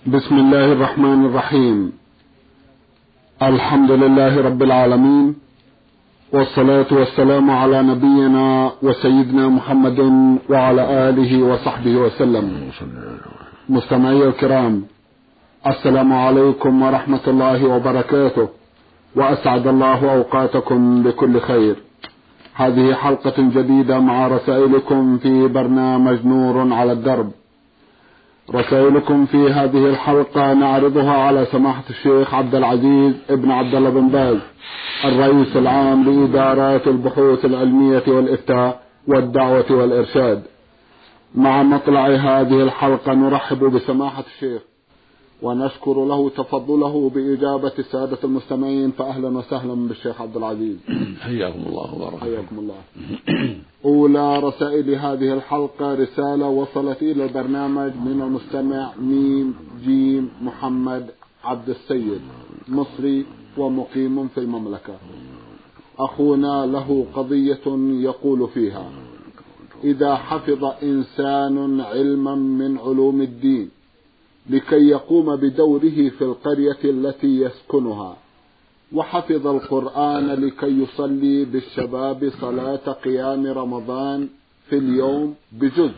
بسم الله الرحمن الرحيم. الحمد لله رب العالمين، والصلاة والسلام على نبينا وسيدنا محمد وعلى آله وصحبه وسلم. مستمعي الكرام، السلام عليكم ورحمة الله وبركاته، وأسعد الله أوقاتكم بكل خير. هذه حلقة جديدة مع رسائلكم في برنامج نور على الدرب. رسائلكم في هذه الحلقة نعرضها على سماحة الشيخ عبد العزيز ابن عبد الله بن باز، الرئيس العام لإدارات البحوث العلمية والإفتاء والدعوة والإرشاد. مع مطلع هذه الحلقة نرحب بسماحة الشيخ ونشكر له تفضله بإجابة السادة المستمعين، فأهلا وسهلا بالشيخ عبد العزيز. حياكم الله وبارك حياكم الله. أولى رسائل هذه الحلقة رسالة وصلت إلى البرنامج من المستمع ميم جيم محمد عبد السيد، مصري ومقيم في المملكة. أخونا له قضية يقول فيها: إذا حفظ إنسان علما من علوم الدين لكي يقوم بدوره في القرية التي يسكنها، وحفظ القرآن لكي يصلي بالشباب صلاة قيام رمضان في اليوم بجزء،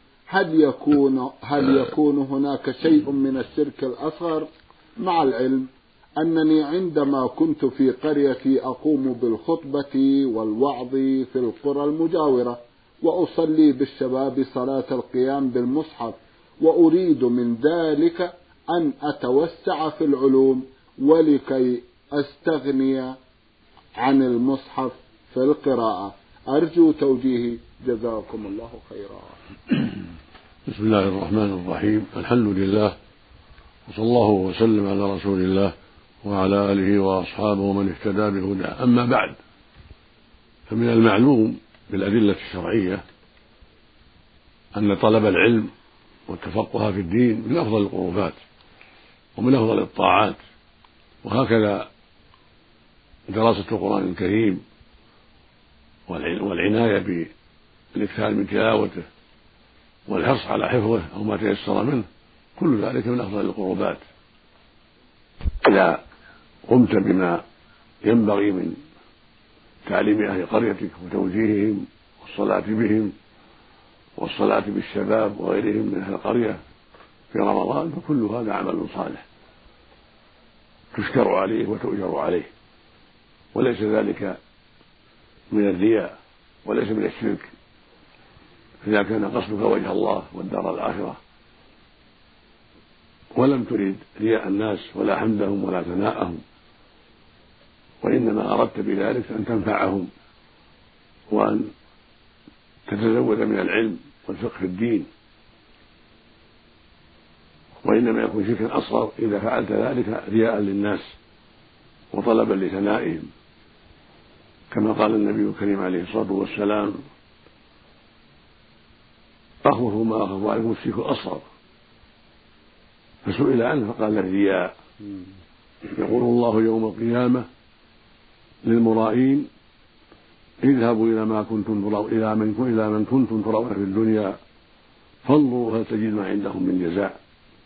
هل يكون هناك شيء من الشرك الأصغر؟ مع العلم أنني عندما كنت في قريتي أقوم بالخطبة والوعظ في القرى المجاورة، وأصلي بالشباب صلاة القيام بالمصحف، وأريد من ذلك أن أتوسع في العلوم ولكي أستغني عن المصحف في القراءة. أرجو توجيهي، جزاكم الله خيرا. بسم الله الرحمن الرحيم. الحمد لله، وصلى الله وسلم على رسول الله وعلى آله وأصحابه ومن اهتدى بهداه. أما بعد، فمن المعلوم بالأدلة الشرعية أن طلب العلم والتفقه في الدين من أفضل القربات ومن أفضل الطاعات، وهكذا دراسة القرآن الكريم والعناية بالإكثار من تلاوته والحرص على حفظه أو ما تيسر منه، كل ذلك من أفضل القربات. إذا قمت بما ينبغي من تعليم أهل قريتك وتوجيههم والصلاة بهم والصلاة بالشباب وغيرهم من أهل القرية في رمضان، فكل هذا عمل صالح تشكر عليه وتؤجر عليه، وليس ذلك من الرياء وليس من الشرك إذا كان قصدك وجه الله والدار الآخرة، ولم تريد رياء الناس ولا حمدهم ولا ثناءهم، وإنما أردت بذلك أن تنفعهم وأن تتزود من العلم والفقه في الدين. وإنما يكون شركا أصغر إذا فعلت ذلك رياء للناس وطلبا لثنائهم، كما قال النبي الكريم عليه الصلاة والسلام: أخوف ما أخاف عليكم الشرك الأصغر. فسئل عنه فقال: الرياء. يقول الله يوم القيامة للمرائين: اذهبوا إلى من كنتم ترون في الدنيا فانظروا هل تجدون عندهم من جزاء.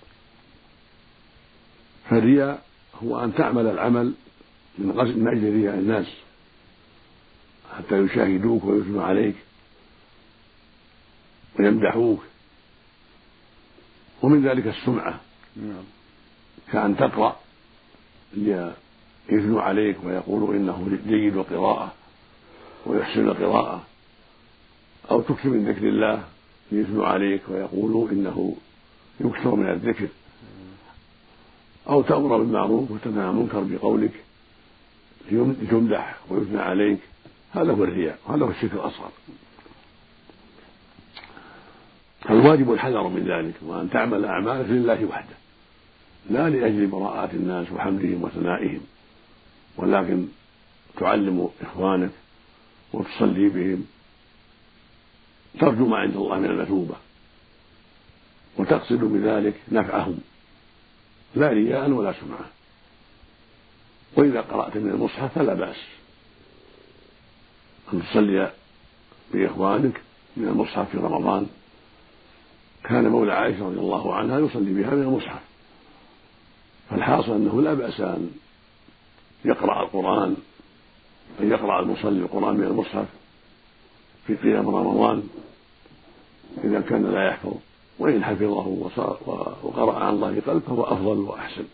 فالرياء هو أن تعمل العمل من أجل رياء الناس حتى يشاهدوك ويثنوا عليك ويمدحوك، ومن ذلك السمعة، كأن تقرأ ليثنوا عليك ويقولوا إنه جيد القراءة ويحسن القراءة، أو تكثر من ذكر الله ليثنوا عليك ويقولوا إنه يكثر من الذكر، أو تأمر بالمعروف وتنهى عن المنكر بقولك لتمدح ويثنى عليك. هذا هو الرياء، هذا هو الشرك الأصغر. الواجب الحذر من ذلك، وأن تعمل أعمالك لله وحده، لا لأجل براءة الناس وحمدهم وثنائهم، ولكن تعلم إخوانك وتصلي بهم ترجو ما عند الله من المثوبة، وتقصد بذلك نفعهم لا رياء ولا سمعة. وإذا قرأت من المصحف فلا بأس أن تصلي بإخوانك من المصحف في رمضان. كان مولى عائشة رضي الله عنها يصلي بها من المصحف فالحاصل أنه لا بأس أن يقرأ القرآن، أن يقرأ المصلي القرآن من المصحف في قيام رمضان إذا كان لا يحفظ، وإن حفظه وقرأ عن ظهر قلب فهو أفضل وأحسن.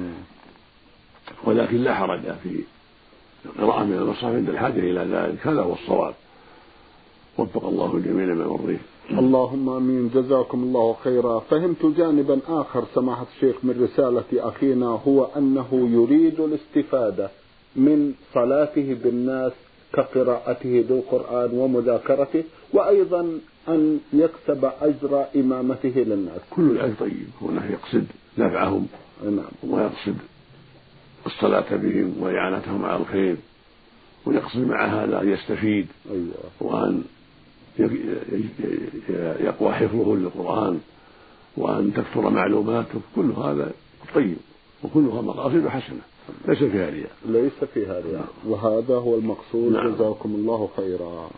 ولكن لا حرج في القراءة من المصحف عند الحاجة إلى ذلك، هذا هو الصواب. وفق الله الجميع لما يرضيه. اللهم آمين. جزاكم الله خيرا. فهمت جانبا آخر سماحة الشيخ من رسالة أخينا، هو أنه يريد الاستفادة من صلاته بالناس كقراءته للقرآن ومذاكرته، وأيضا أن يكسب أجر إمامته للناس. كل ذلك طيب، هنا يقصد نفعهم ويقصد الصلاة بهم وإعانتهم على الخير، ويقصد مع هذا أن يستفيد وأن يقوى حفظه للقرآن وأن تكثر معلوماته. كل هذا طيب وكلها مقاصد حسنة ليس فيها رياء. ليس فيها رياء، وهذا هو المقصود. نعم. جزاكم الله خيرا.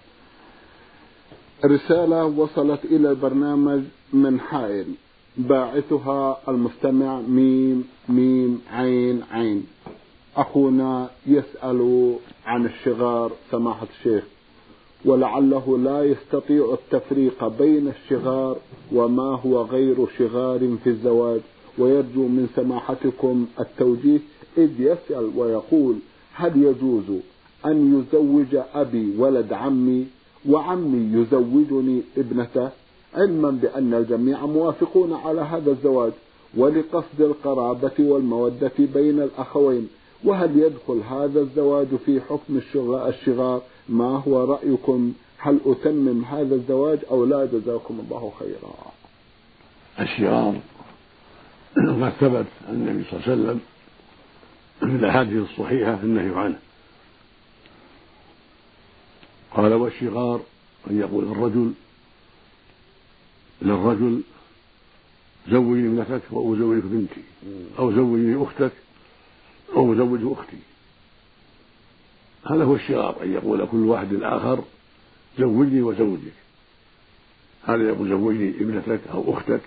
رسالة وصلت إلى البرنامج من حائل، باعثها المستمع ميم عين عين. أخونا يسأل عن الشغار سماحة الشيخ، ولعله لا يستطيع التفريق بين الشغار وما هو غير شغار في الزواج، ويرجو من سماحتكم التوجيه، إذ يسأل ويقول: هل يجوز أن يزوج أبي ولد عمي وعمي يزوجني ابنته، علما بأن الجميع موافقون على هذا الزواج ولقصد القرابة والمودة بين الأخوين، وهل يدخل هذا الزواج في حكم الشغار؟ ما هو رأيكم؟ هل أتمم هذا الزواج أو لا؟ جزاكم الله خيرا. الشغار ما ثبت عن النبي صلى الله عليه وسلم في الأحاديث الصحيحة النهي عنه. قال: والشغار أن يقول الرجل للرجل: زوجني ابنتك وأزوجك بنتي، أو زوجني أختك أو أزوج أختي. هذا هو الشغار، أن يقول كل واحد الآخر: زوجني وزوجك. هذا يقول: زوجني ابنتك أو أختك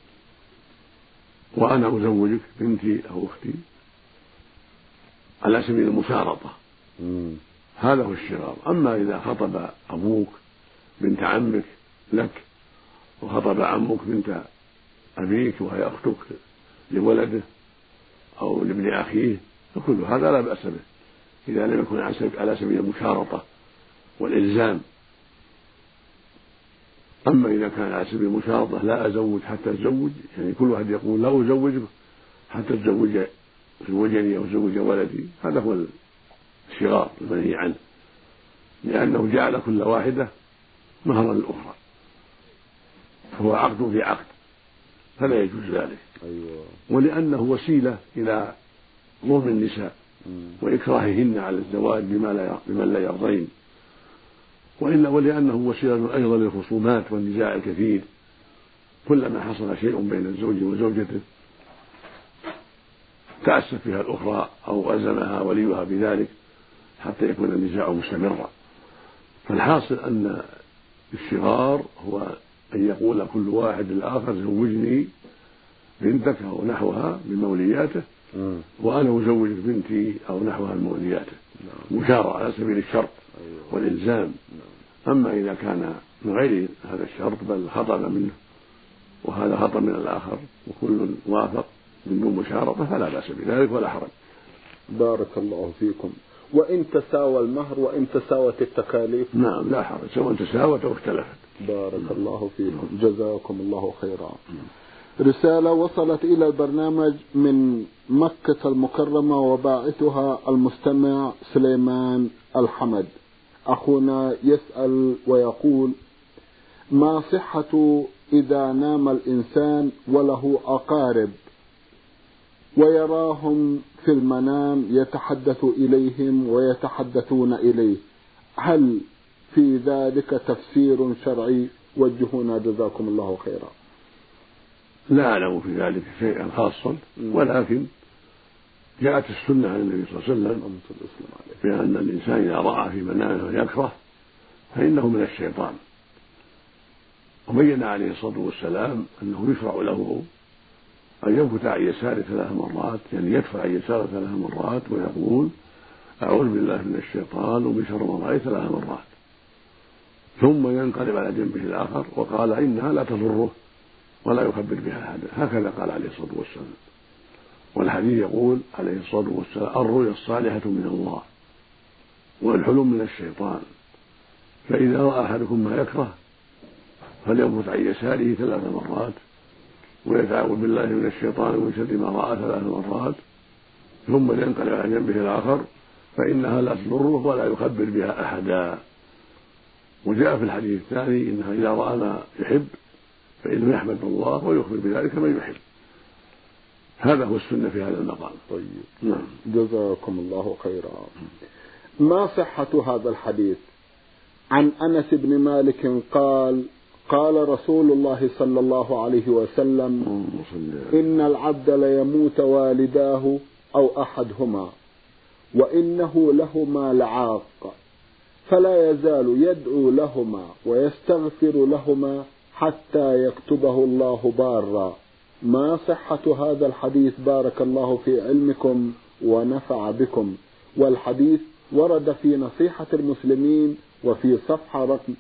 وأنا أزوجك بنتي أو أختي، على سبيل المشارطة. هذا هو الشغار. أما إذا خطب أبوك بنت عمك لك، وخطب عمك بنت أبيك وهي أختك لولده أو لابن أخيه، فكل هذا لا بأس به إذا لم يكن على سبيل المشارطة والإلزام. أما إذا كان على سبيل المشارطة: لا أزوج حتى أتزوج، يعني كل واحد يقول: لا أزوجك حتى تزوجني أو تزوج ولدي، هذا هو الشغار المنهي عنه، لأنه جعل كل واحدة مهرا للأخرى، فهو عقد في عقد، فلا يجوز ذلك. ولأنه وسيلة إلى ظلم النساء وإكراههن على الزواج بمن لا يرضين، ولأنه وسيلة أيضا للخصومات والنزاع الكثير. كلما حصل شيء بين الزوج وزوجته تأسف فيها الأخرى أو ألزمها وليها بذلك حتى يكون النزاع مستمرا. فالحاصل أن الشغار هو أن يقول كل واحد للآخر: زوجني بنتك أو نحوها من مولياته، وأنا أزوجك بنتي أو نحوها من مولياته، مشارة على سبيل الشرط والإلزام. أما إذا كان من غير هذا الشرط بل خطب منه وهذا خطب من الآخر وكل وافق من دون مشارطة فلا بأس بذلك ولا حرج. بارك الله فيكم. وإن تساوى المهر وإن تساوت التكاليف؟ نعم لا حرج، سواء تساوت أو اختلفت. بارك الله فيكم. جزاكم الله خيرا. رسالة وصلت إلى البرنامج من مكة المكرمة، وباعثها المستمع سليمان الحمد. أخونا يسأل ويقول: ما صحة إذا نام الإنسان وله أقارب ويراهم في المنام يتحدث إليهم ويتحدثون إليه، هل في ذلك تفسير شرعي؟ وجهونا جزاكم الله خيرا. لا أعلم في ذلك شيئا خاصا، ولكن جاءت السنة عن النبي صلى الله عليه وسلم بأن الإنسان إذا رأى في منامه يكره فإنه من الشيطان. وبين عليه الصلاة والسلام أنه يشرع له أن ينفث عن يساره 3 مرات، يعني يدفع عن يساره 3 مرات ويقول أعوذ بالله من الشيطان ومن شر ما رأيت 3 مرات، ثم ينقلب على جنبه الآخر وقال إنها لا تضره ولا يخبر بها أحدا، هكذا قال عليه الصلاة والسلام. والحديث يقول عليه الصلاة والسلام الرؤيا الصالحة من الله والحلم من الشيطان، فإذا رأى أحدكم ما يكره فلينفث عن يساره 3 مرات ويتعوذ بالله من الشيطان ومن شر ما رأى 3 مرات، ثم ينقلب على جنبه الآخر فإنها لا تضره ولا يخبر بها أحدا. وجاء في الحديث الثاني إنها إذا رأى ما يحب فإنه يحمد الله ويخبر بذلك من يحب. هذا هو السنة في هذا المقام. طيب. نعم. جزاكم الله خيرا. ما صحة هذا الحديث عن أنس بن مالك قال قال رسول الله صلى الله عليه وسلم إن العبد ليموت والداه أو أحدهما وإنه لهما لعاق فلا يزال يدعو لهما ويستغفر لهما حتى يكتبه الله بارا. ما صحة هذا الحديث بارك الله في علمكم ونفع بكم؟ والحديث ورد في نصيحة المسلمين وفي صفحة رقم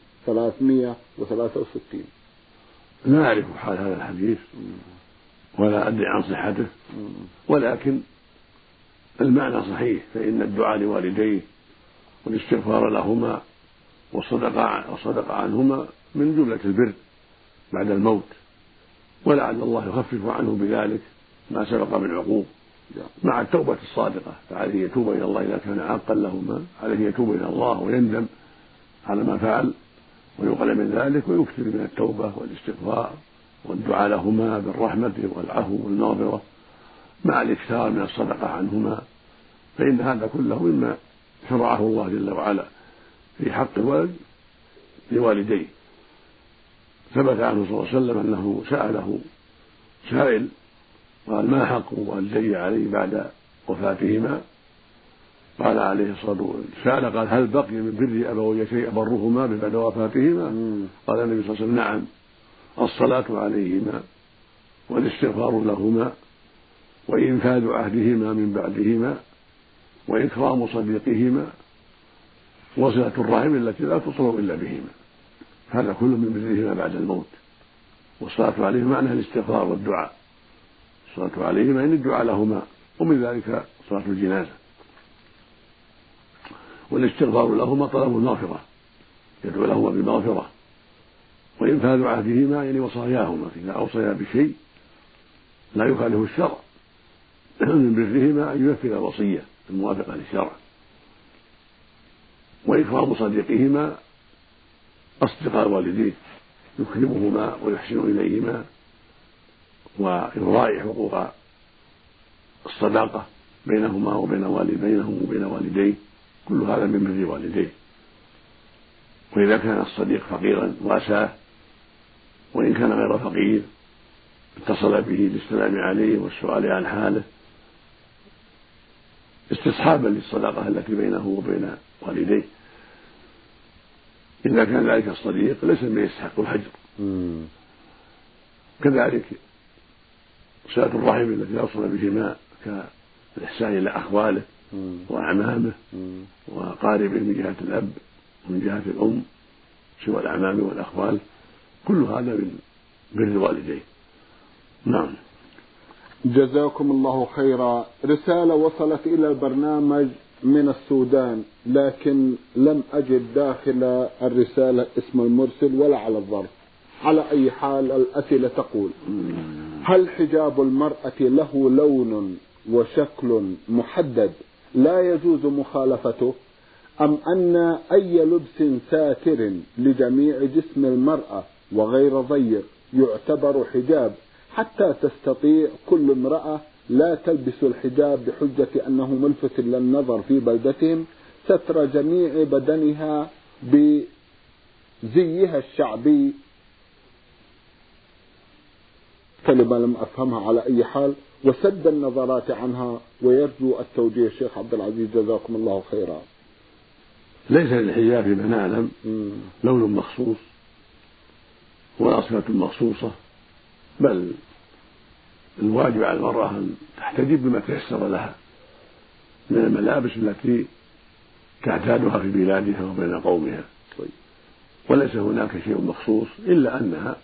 363. لا أعرف حال هذا الحديث ولا أدري عن صحته، ولكن المعنى صحيح، فإن الدعاء لوالديه والاستغفار لهما والصدقة عنهما من جملة البر بعد الموت، ولعل الله يخفف عنه بذلك ما سبق من عقوق مع التوبة الصادقة، فعليه يتوب إلى الله إذا كان عاقا لهما، عليه يتوب إلى الله ويندم على ما فعل ويقل من ذلك ويكثر من التوبة والاستغفار والدعاء لهما بالرحمة والعفو والمغفرة مع الإكثار من الصدقة عنهما، فإن هذا كله مما شرعه الله جل وعلا في حق الولد لوالديه. ثبت عنه صلى الله عليه وسلم أنه سأله سائل قال ما حق والدي علي بعد وفاتهما؟ قال عليه الصلاة والسلام قال هل بقي من بر أبوي شيء أبرهما بعد وفاتهما؟ قال النبي صلى الله عليه وسلم نعم، الصلاة عليهما والاستغفار لهما وإنفاذ عهدهما من بعدهما وإكرام صديقهما وصلة الرحم التي لا تصل إلا بهما، هذا كله من برهما بعد الموت. والصلاة عليهما معناها الاستغفار والدعاء، الصلاة عليهما يعني الدعاء لهما، ومن ذلك صلاة الجنازة. والاستغفار لهما طلب المغفرة، يدعو لهما بالمغفرة. وإنفاذ عهدهما يعني وصاياهما، إذا أوصيا بشيء لا يخالف الشرع من برهما أن ينفذ الوصية الموافقة للشرع. وإكرام صديقهما أصدقاء والديه، يكرمهما ويحسن إليهما ويراعي حقوق الصداقة بينهما وبين والديه، كل هذا من بر والديه. وإذا كان الصديق فقيرا واساه، وإن كان غير فقير اتصل به للسلام عليه والسؤال عن حاله استصحابا للصداقة التي بينه وبين والديه. إذا كان ذلك الصديق ليس مما يستحق الهجر. كذلك صلة الرحم التي أوصل بهما كالإحسان إلى أخواله وأعمامه وقاربه من جهة الأب ومن جهة الأم سوى الأعمام والأخوال، كل هذا من بر الوالدين. نعم. جزاكم الله خيرا. رسالة وصلت إلى البرنامج من السودان، لكن لم أجد داخل الرسالة اسم المرسل ولا على الظرف. على أي حال الأسئلة تقول: هل حجاب المرأة له لون وشكل محدد لا يجوز مخالفته، أم أن أي لبس ساتر لجميع جسم المرأة وغير ضيق يعتبر حجاب، حتى تستطيع كل امرأة لا تلبس الحجاب بحجة أنه ملفت للنظر في بلدتهم ستر جميع بدنها بزيها الشعبي؟ كلمة لم أفهمها على أي حال، وسد النظرات عنها، ويرجو التوجيه الشيخ عبد العزيز جزاكم الله خيرا. ليس للحجاب فيما نعلم لون مخصوص ولا صفة مخصوصة، بل الواجب على المرأة أن تحتجب بما تيسر لها من الملابس التي تعتادها في بلادها وبين قومها، وليس هناك شيء مخصوص إلا أنها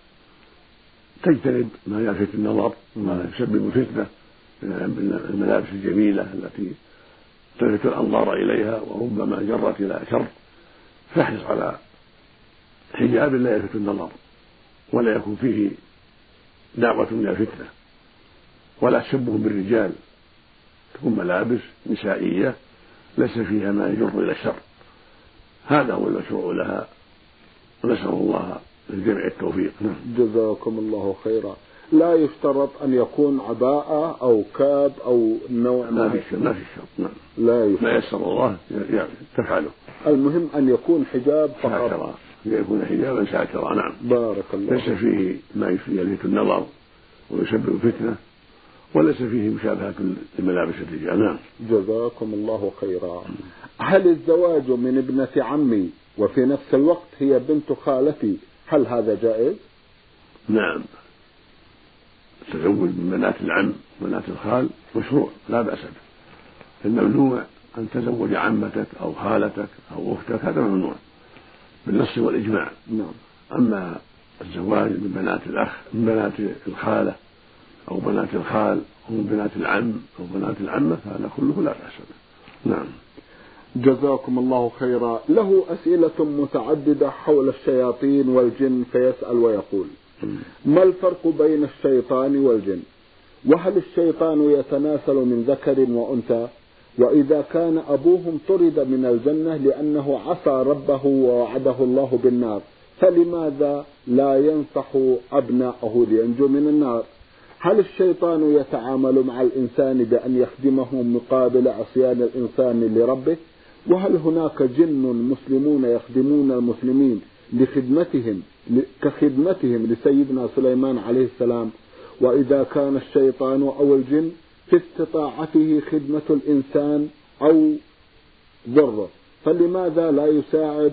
تجتنب ما يلفت النظر وما يسبب فتنة من الملابس الجميلة التي تلفت الأنظار إليها وربما جرت إلى شر، فاحرص على حجاب لا يلفت النظر ولا يكون فيه دعوة إلى فتنة، ولا تشبه بالرجال، تكون ملابس نسائية ليس فيها ما يجر إلى الشر. هذا هو المشروع لها، ونسأل الله للجميع التوفيق. جزاكم الله خيرا. لا يشترط أن يكون عباءة أو كاب أو نوع ما في شرط. نعم. لا يسر الله تفعله. المهم أن يكون حجاب فقط. ساترا، يكون حجابا ساترا. نعم. بارك الله. ليس فيه ما يلفت النظر ويسبب فتنة، وليس فيه مشابهة لملابس الرجال. نعم. جزاكم الله خيرا. هل الزواج من ابنة عمي وفي نفس الوقت هي بنت خالتي هل هذا جائز؟ نعم، التزوج من بنات العم وبنات الخال مشروع لا بأس به. الممنوع أن تزوج عمتك أو خالتك أو أختك، هذا ممنوع بالنص والإجماع. نعم. أما الزواج من بنات الأخ، من بنات الخالة أو بنات الخال أو من بنات العم أو بنات العمة، هذا كله لا بأس به. نعم. جزاكم الله خيرا. له أسئلة متعددة حول الشياطين والجن، فيسأل ويقول: ما الفرق بين الشيطان والجن؟ وهل الشيطان يتناسل من ذكر وأنثى؟ وإذا كان أبوهم طرد من الجنة لأنه عصى ربه ووعده الله بالنار، فلماذا لا ينصح أبناءه لينجوا من النار؟ هل الشيطان يتعامل مع الإنسان بأن يخدمه مقابل عصيان الإنسان لربه؟ وهل هناك جن مسلمون يخدمون المسلمين لخدمتهم كخدمتهم لسيدنا سليمان عليه السلام؟ وإذا كان الشيطان أو الجن في استطاعته خدمة الإنسان أو ضره، فلماذا لا يساعد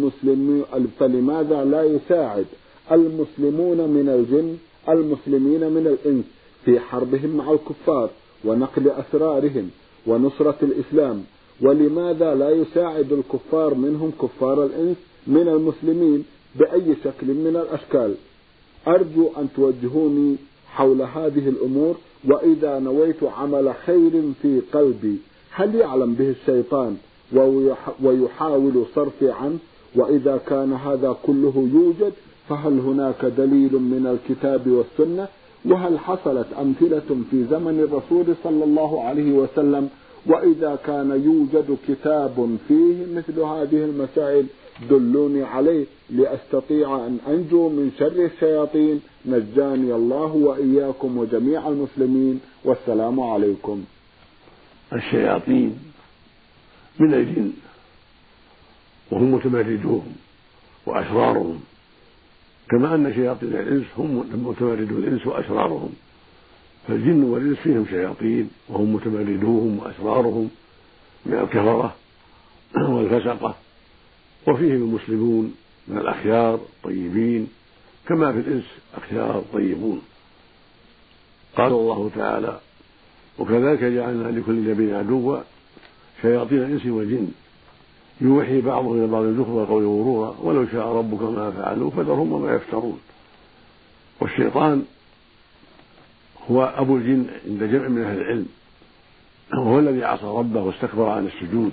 المسلمون من الجن المسلمين من الإنس في حربهم مع الكفار ونقل أسرارهم ونصرة الإسلام؟ ولماذا لا يساعد الكفار منهم كفار الإنس من المسلمين بأي شكل من الأشكال؟ أرجو أن توجهوني حول هذه الأمور. وإذا نويت عمل خير في قلبي هل يعلم به الشيطان ويحاول صرفي عنه؟ وإذا كان هذا كله يوجد فهل هناك دليل من الكتاب والسنة؟ وهل حصلت أمثلة في زمن الرسول صلى الله عليه وسلم؟ وإذا كان يوجد كتاب فيه مثل هذه المسائل دلوني عليه لأستطيع أن أنجو من شر الشياطين. نجاني الله وإياكم وجميع المسلمين، والسلام عليكم. الشياطين من الجن وهم متمردون وأشرارهم، كما أن شياطين الإنس هم متمردون الإنس وأشرارهم، فالجن والإنس فيهم شياطين وهم متمردوهم وأشرارهم من الكفرة والفسقة، وفيهم المسلمون من الأخيار الطيبين، كما في الإنس أخيار طيبون. قال الله تعالى: وكذلك جعلنا لكل نبي عدوا شياطين الإنس والجن يوحي بعضهم إلى بعض زخرف القول غرورا ولو شاء ربك ما فعلوا فذرهم وما يفترون. والشيطان هو أبو الجن عند جمع من أهل العلم، وهو الذي عصى ربه واستكبر عن السجود.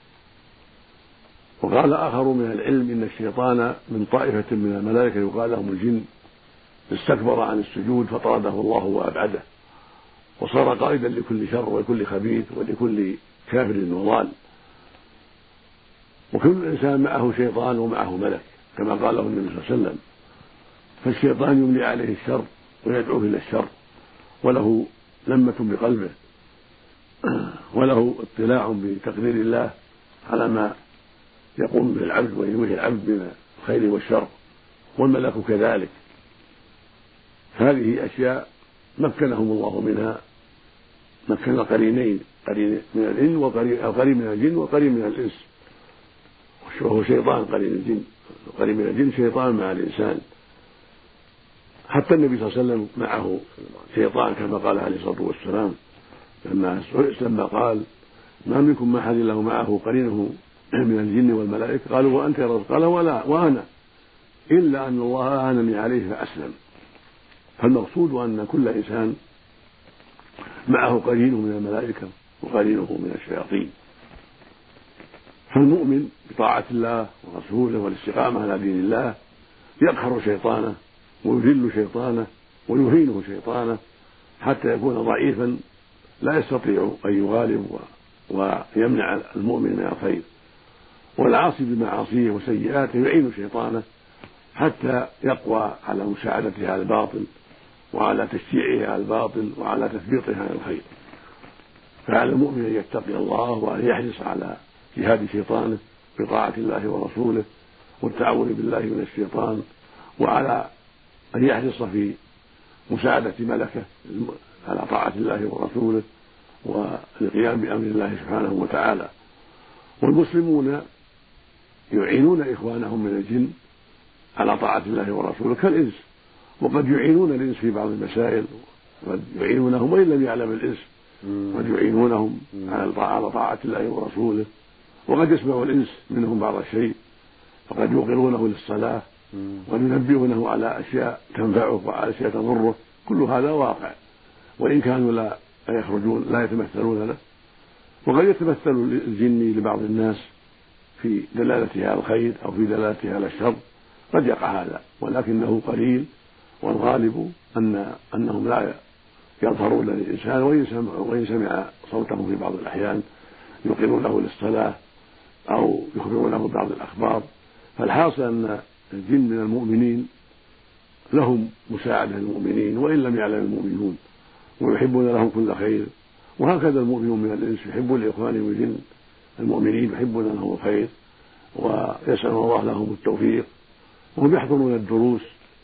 وقال آخر من العلم إن الشيطان من طائفة من الملائكة يقال لهم الجن استكبر عن السجود فطرده الله وأبعده، وصار قائدا لكل شر ولكل خبيث ولكل كافر وضال. وكل إنسان معه شيطان ومعه ملك كما قال له النبي صلى الله عليه وسلم، فالشيطان يملي عليه الشر ويدعوه إلى الشر، وله لمة بقلبه وله اطلاع بتقدير الله على ما يقوم به العبد وينويه العبد من الخير والشر، والملك كذلك. هذه أشياء مكنهم الله منها، مكن قرينين، قرين من الإنس وقرين من الجن وقرين من الإنس، وهو شيطان قرين الجن، وقرين من الجن شيطان مع الإنسان. حتى النبي صلى الله عليه وسلم معه شيطان كما قال عليه الصلاة والسلام لما قال ما منكم من أحد له معه قرينه من الجن والملائكة قالوا وأنت يا رسول؟ قال وأنا إلا أن الله أعانني عليه فأسلم. فالمقصود أن كل إنسان معه قرينه من الملائكة وقرينه من الشياطين. فالمؤمن بطاعة الله ورسوله والاستقامة على دين الله يقهر شيطانه ويذل شيطانه ويهينه شيطانه حتى يكون ضعيفا لا يستطيع أن يغالب ويمنع المؤمن من الخير. والعاصي بمعاصيه وسيئاته يعين شيطانه حتى يقوى على مساعدته على الباطل وعلى تشجيعه على الباطل وعلى تثبيطه على الخير. فعلى المؤمن أن يتقي الله وأن يحرص على جهاد شيطانه بطاعة الله ورسوله والتعوذ بالله من الشيطان، وعلى أن يحرص في مساعدة ملكه على طاعة الله ورسوله والقيام بأمر الله سبحانه وتعالى. والمسلمون يعينون إخوانهم من الجن على طاعة الله ورسوله كالإنس، وقد يعينون الإنس في بعض المسائل وقد يعينونهم وإن لم يعلم الإنس، قد يعينونهم على طاعة الله ورسوله، وقد يسمع الإنس منهم بعض الشيء فقد يوقرونه للصلاة وينبهونه على أشياء تنفعه وعلى أشياء تضره. كل هذا واقع وإن كانوا لا يخرجون لا يتمثلون له. وقد يتمثل الجن لبعض الناس في دلالته على الخير أو في دلالته على الشر، قد يقع هذا، ولكنه قليل، والغالب أنهم لا يظهرون للإنسان، وإن سمع صوته في بعض الأحيان يوقرون له للصلاة أو يخبرونه بعض الأخبار. فالحاصل أن الجن من المؤمنين لهم مساعدة للمؤمنين وإن لم يعلم المؤمنون، ويحبون لهم كل خير. وهكذا المؤمنون من الإنس يحبون لإخوانهم الجن المؤمنين يحبون لهم الخير ويسألون الله لهم التوفيق، وهم يحضرون الدروس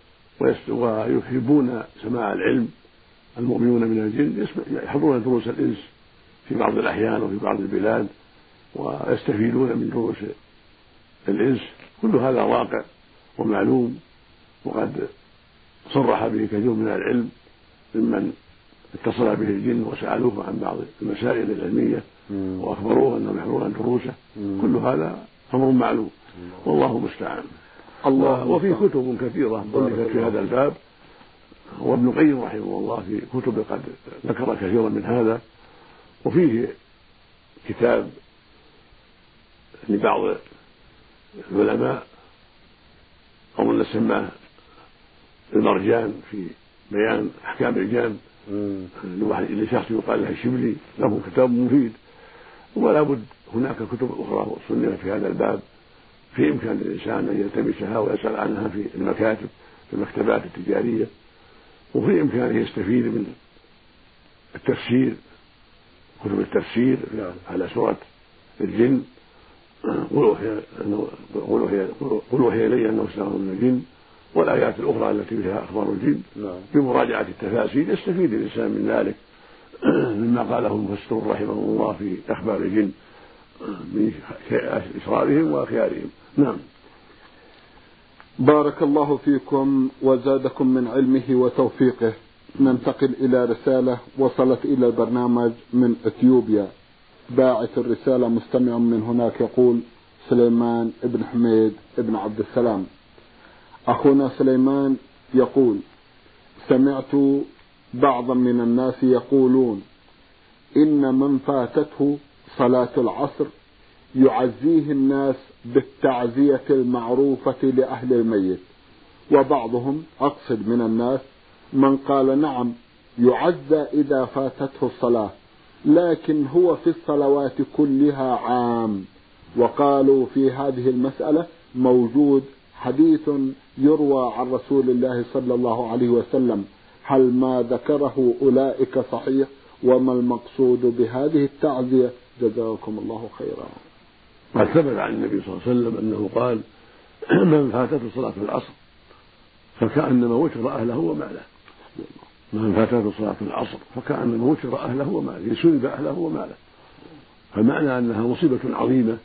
ويحبون سماع العلم. المؤمنون من الجن يحضرون دروس الإنس في بعض الأحيان وفي بعض البلاد ويستفيدون من دروس الإنس. كل هذا واقع ومعلوم، وقد صرح به كثير من العلم ممن اتصل به الجن وسألوه عن بعض المسائل العلمية وأخبروه أنهم يحضرون دروسه. كل هذا أمر معلوم والله المستعان. وفي كتب كثيرة ألفت في هذا الباب، وابن القيم رحمه الله في كتب قد ذكر كثيرا من هذا. وفيه كتاب لبعض العلماء أو من سماه المرجان في بيان أحكام الجان لشخص يقال له الشبلي، له كتاب مفيد. ولا بد هناك كتب أخرى صنفت في هذا الباب في إمكان الإنسان أن يلتمسها ويسأل عنها في المكاتب في المكتبات التجارية، وفي إمكانه يستفيد من التفسير، كتب التفسير على سورة الجن، قل وحي إلي أنه استمع من الجن، والآيات الأخرى التي فيها أخبار الجن. بمراجعة التفاسير يستفيد الإنسان من ذلك مما قاله المفسرون رحمه الله في أخبار الجن من إسرارهم وخيارهم. نعم. بارك الله فيكم وزادكم من علمه وتوفيقه. ننتقل إلى رسالة وصلت إلى البرنامج من إثيوبيا. باعث الرسالة مستمع من هناك يقول: سليمان ابن حميد ابن عبد السلام. أخونا سليمان يقول: سمعت بعضا من الناس يقولون إن من فاتته صلاة العصر يعزيه الناس بالتعزية المعروفة لأهل الميت، وبعضهم أقصد من الناس من قال نعم يعزى إذا فاتته الصلاة، لكن هو في الصلوات كلها عام. وقالوا في هذه المسألة موجود حديث يروى عن رسول الله صلى الله عليه وسلم، هل ما ذكره أولئك صحيح؟ وما المقصود بهذه التعزية؟ جزاكم الله خيرا. قد ثبت عن النبي صلى الله عليه وسلم أنه قال: من فاتته صلاة العصر فكأنما وتر أهله وماله. من فاتته صلاة العصر فكأنما وتر أهله وماله، سلب أهله وماله. فمعنى أنها مصيبة عظيمة.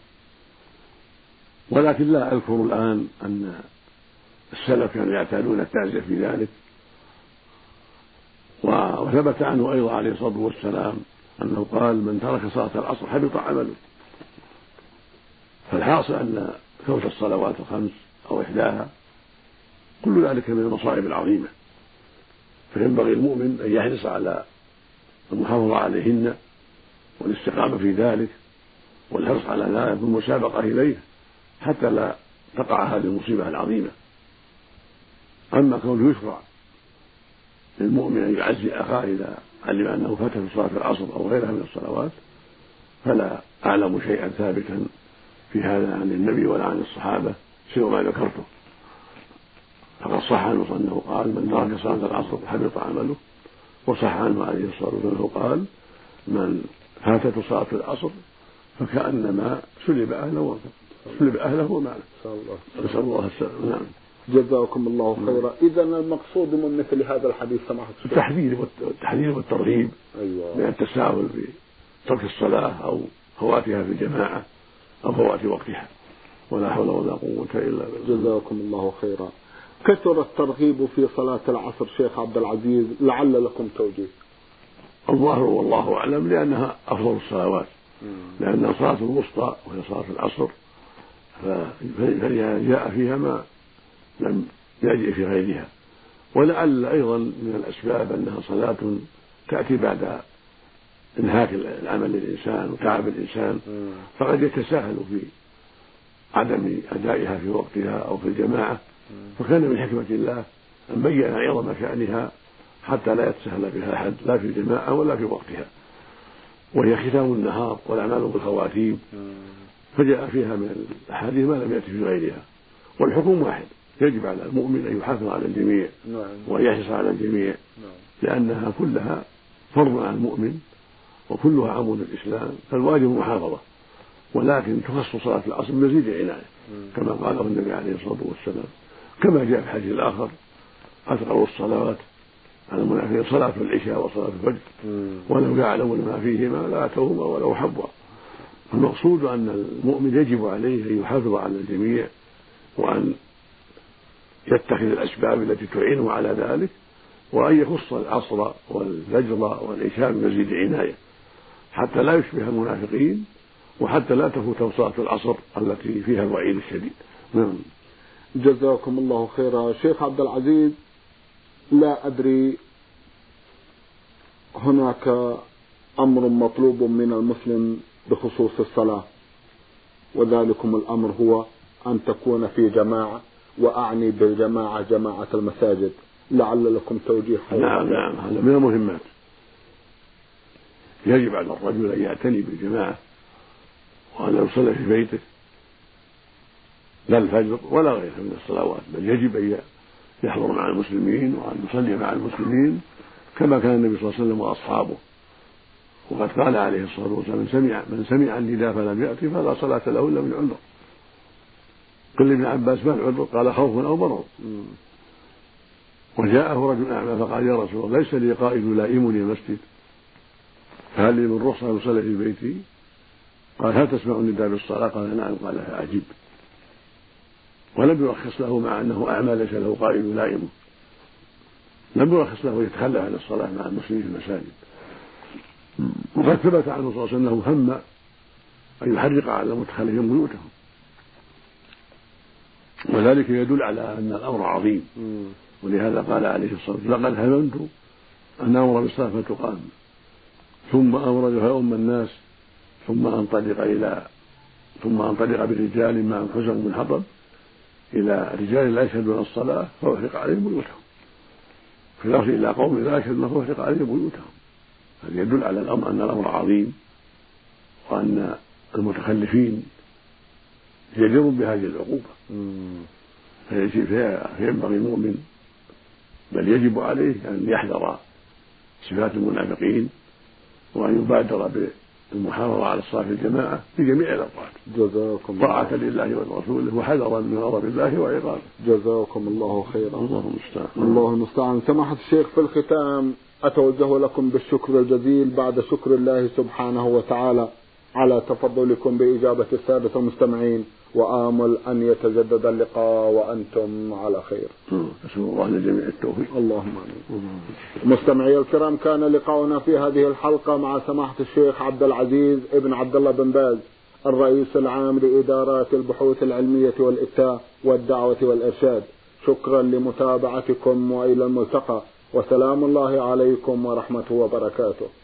ولكن لا أذكر الآن أن السلف كانوا يعتادون التعزية في ذلك، وثبت عنه أيضا عليه الصلاة والسلام أنه قال: من ترك صلاة العصر حبط عمله. فالحاصل أن فوت الصلوات الخمس أو إحداها كل ذلك من المصائب العظيمة، فينبغي المؤمن أن يحرص على المحافظة عليهن والاستقامة في ذلك والحرص على ذلك والمسابقة إليه حتى لا تقع هذه المصيبة العظيمة. أما كونه يشرع للمؤمن أن يعزي أخاه إذا علم أنه فاته صلاة العصر أو غيرها من الصلوات، فلا أعلم شيئا ثابتا في هذا عن النبي ولا عن الصحابة سوى ما ذكرته. فقد صح عنه أنه قال: من ترك صلاة العصر حبط عمله. وصح عنه عليه الصلاة والسلام أنه قال: من فاتته صلاة العصر فكأنما سلب أهله وماله. نسأل الله السلامة. نعم. جزاكم الله خيرا. إذا المقصود من مثل هذا الحديث سماحة التحذير والترهيب من التساهل في ترك الصلاة أو فواتها في الجماعة أو فوات وقتها، ولا حول ولا قوة إلا بالله. جزاكم الله خيرا. كثر الترغيب في صلاة العصر شيخ عبد العزيز، لعل لكم توجيه. الظاهر والله أعلم لأنها أفضل الصلوات، لأن صلاة الوسطى وهي صلاة العصر فجاء فيها ما لم يجئ في غيرها، ولعل أيضا من الأسباب أنها صلاة تأتي بعد انهاك العمل للإنسان وتعب الإنسان، فقد يتساهل في عدم أدائها في وقتها أو في الجماعة، فكان من حكمة الله أن بين عظم شأنها حتى لا يتساهل بها أحد لا في الجماعة ولا في وقتها، وهي ختام النهار والأعمال بالخواتيم، فجاء فيها من الأحاديث ما لم يأتي في غيرها. والحكم واحد، يجب على المؤمن أن يحافظ على الجميع وأن يحرص على الجميع، لأنها كلها فرض على المؤمن وكلها عمود الإسلام، فالواجب محافظة، ولكن تخص صلاة العصر بمزيد عناية كما قاله النبي عليه الصلاة والسلام، كما جاء في الحديث الآخر: أثقل الصلوات على المنافقين صلاة العشاء وصلاة الفجر ولو يعلمون ما فيهما لأتوهما ولو حبوا. المقصود أن المؤمن يجب عليه أن يحافظ على الجميع وأن يتخذ الأسباب التي تعينه على ذلك، وأن يخص العصر والفجر والعشاء بمزيد عناية حتى لا يشبه المنافقين وحتى لا تفوت صلاة العصر التي فيها الوعيد الشديد. نعم. جزاكم الله خيرا. شيخ عبد العزيز، لا أدري، هناك أمر مطلوب من المسلم بخصوص الصلاة، وذلكم الأمر هو أن تكون في جماعة، وأعني بالجماعة جماعة المساجد، لعل لكم توجيه. نعم، هذا من المهمات. يجب على الرجل أن يعتني بالجماعة وأن يصلي في بيته، لا الفجر ولا غيره من الصلوات، بل يجب أن يحضر مع المسلمين وأن يصلي مع المسلمين كما كان النبي صلى الله عليه وسلم وأصحابه. وقد قال عليه الصلاة والسلام: من سمع النداء فلم يأتي فلا صلاة له إلا من عذر. قل لابن عباس: ما العذر؟ قال: خوف أو مرض. وجاءه رجل أعمى فقال: يا رسول الله، ليس لي قائد يلائمني المسجد، فهل لي من رخصة أصلي في بيتي؟ قال: هل تسمع النداء بالصلاة؟ قال: نعم. قال: فأجب. ولم يرخص له مع أنه أعمى ليس له قائد يلائمه، لم يرخص له يتخلى عن الصلاة مع المسلمين في المساجد. وقد ثبت عنه صلى الله عليه وسلم أنه هم أن يحرق على المتخلفين بيوتهم، وذلك يدل على أن الأمر عظيم. ولهذا قال عليه الصلاة والسلام: لقد هممت أن أمر بالصلاة فتقام ثم أمر فيؤم الناس ثم أنطلق برجال معهم حزم من حطب إلى رجال لا يشهدون الصلاة فأحرق عليهم بيوتهم، في لفظ إلى قوم لا يشهدون فأحرق عليهم بيوتهم. هذا يدل على الأمر أن الأمر عظيم، وأن المتخلفين يجرون بهذه العقوبة. فينبغي المؤمن بل يجب عليه أن يحذر صفات المنافقين وأن يبادر بالمحافظة على الصلاة في الجماعة في جميع الأوقات طاعة لله ولرسوله وحذرا من غضب الله وعقابه. جزاكم الله خيرا. الله المستعان. سماحة الشيخ، في الختام أتوجه لكم بالشكر الجزيل بعد شكر الله سبحانه وتعالى على تفضلكم بإجابة السادة المستمعين وآمل أن يتجدد اللقاء وأنتم على خير. نسأل الله لجميع التوفيق. اللهم آمين. مستمعي الكرام، كان لقاؤنا في هذه الحلقة مع سماحة الشيخ عبد العزيز ابن عبد الله بن باز، الرئيس العام لإدارات البحوث العلمية والإفتاء والدعوة والإرشاد. شكرا لمتابعتكم وإلى الملتقى، وسلام الله عليكم ورحمته وبركاته.